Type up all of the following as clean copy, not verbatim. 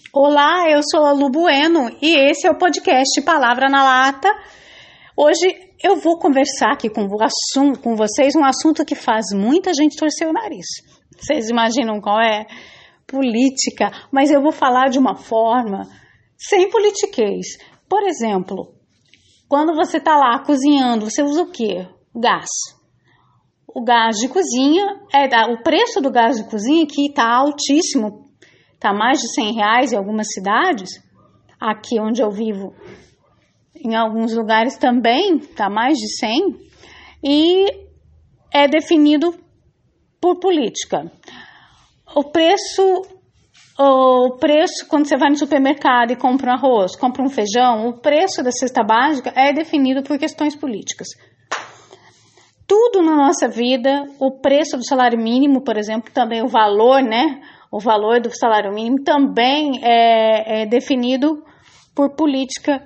Olá, eu sou a Lu Bueno e esse é o podcast Palavra na Lata. Hoje eu vou conversar aqui com vocês um assunto que faz muita gente torcer o nariz. Vocês imaginam qual é? Política, mas eu vou falar de uma forma sem politiquês. Por exemplo, quando você está lá cozinhando, você usa o quê? Gás. O gás de cozinha, o preço do gás de cozinha aqui está altíssimo. Está mais de R$100 em algumas cidades. Aqui onde eu vivo, em alguns lugares também, está mais de 100. E é definido por política. O preço, quando você vai no supermercado e compra um arroz, compra um feijão, o preço da cesta básica é definido por questões políticas. Tudo na nossa vida, o preço do salário mínimo, por exemplo, também o valor, né? O valor do salário mínimo também é definido por política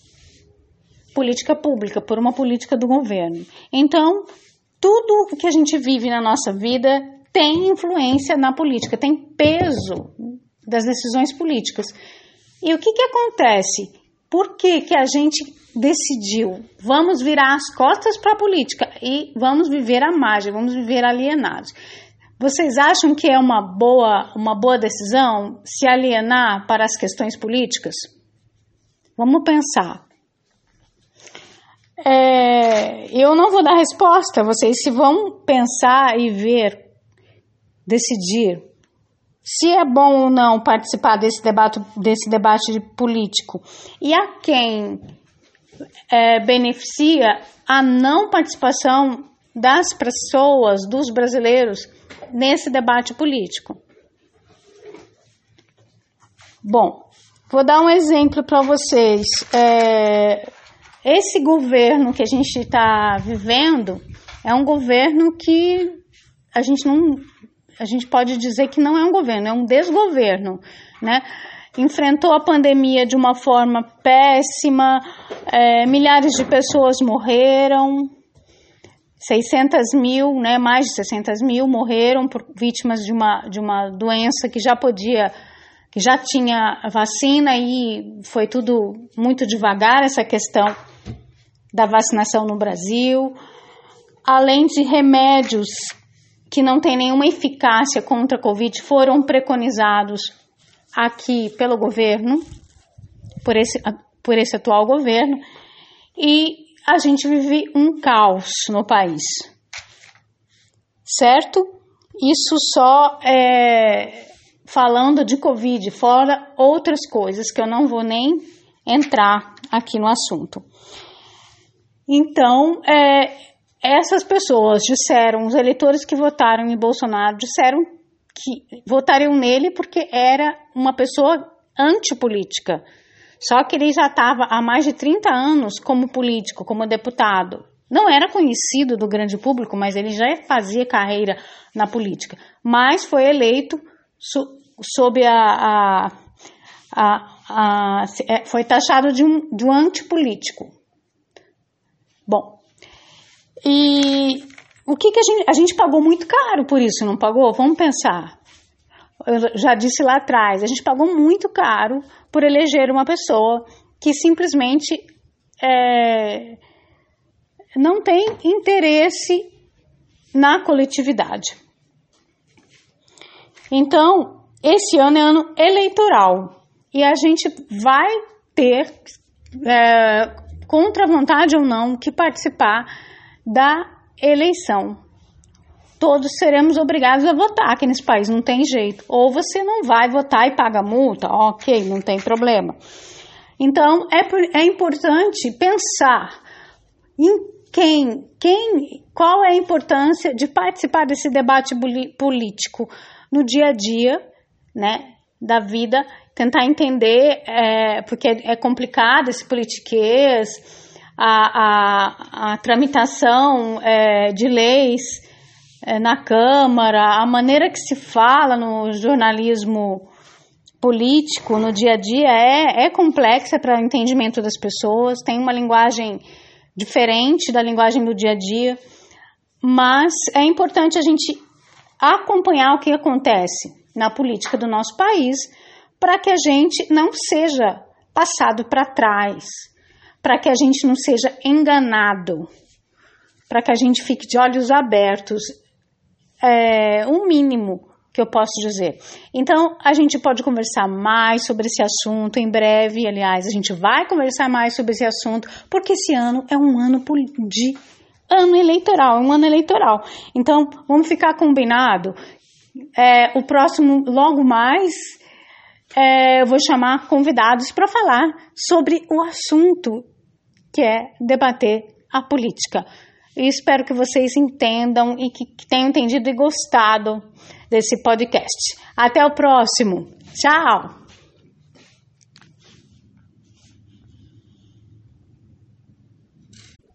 pública, por uma política do governo. Então, tudo o que a gente vive na nossa vida tem influência na política, tem peso das decisões políticas. E o que acontece? Por que a gente decidiu? Vamos virar as costas para a política e vamos viver à margem, vamos viver alienados. Vocês acham que é uma boa decisão se alienar para as questões políticas? Vamos pensar. Eu não vou dar resposta, vocês se vão pensar e decidir se é bom ou não participar desse debate político e a quem beneficia a não participação das pessoas, dos brasileiros, nesse debate político. Bom, vou dar um exemplo para vocês. Esse governo que a gente está vivendo é um governo que a gente pode dizer que não é um governo, é um desgoverno, né? Enfrentou a pandemia de uma forma péssima, milhares de pessoas morreram, 600 mil, né, mais de 600 mil morreram por vítimas de uma doença que já tinha vacina e foi tudo muito devagar, essa questão da vacinação no Brasil, além de remédios que não têm nenhuma eficácia contra a Covid, foram preconizados aqui pelo governo, por esse atual governo, e a gente vive um caos no país, certo? Isso só falando de Covid, fora outras coisas que eu não vou nem entrar aqui no assunto. Então, essas pessoas disseram, os eleitores que votaram em Bolsonaro, disseram que votariam nele porque era uma pessoa antipolítica. Só que ele já estava há mais de 30 anos como político, como deputado. Não era conhecido do grande público, mas ele já fazia carreira na política. Mas foi eleito sob foi taxado de um antipolítico. Bom, e o que a gente pagou muito caro por isso, não pagou? Vamos pensar. Eu já disse lá atrás, a gente pagou muito caro por eleger uma pessoa que simplesmente não tem interesse na coletividade. Então, esse ano é ano eleitoral e a gente vai ter, contra a vontade ou não, que participar da eleição. Todos seremos obrigados a votar aqui nesse país, não tem jeito. Ou você não vai votar e paga multa, ok, não tem problema. Então, é importante pensar em qual é a importância de participar desse debate político no dia a dia, né, da vida, tentar entender, porque é complicado esse politiquês, a tramitação de leis, na Câmara, a maneira que se fala no jornalismo político, no dia a dia, é complexa para o entendimento das pessoas, tem uma linguagem diferente da linguagem do dia a dia, mas é importante a gente acompanhar o que acontece na política do nosso país para que a gente não seja passado para trás, para que a gente não seja enganado, para que a gente fique de olhos abertos, o mínimo que eu posso dizer. Então, a gente pode conversar mais sobre esse assunto em breve. Aliás, a gente vai conversar mais sobre esse assunto, porque esse ano é um ano de ano eleitoral, um ano eleitoral. Então, vamos ficar combinado. O próximo, logo mais, eu vou chamar convidados para falar sobre o assunto que é debater a política. E espero que vocês entendam e que tenham entendido e gostado desse podcast. Até o próximo. Tchau!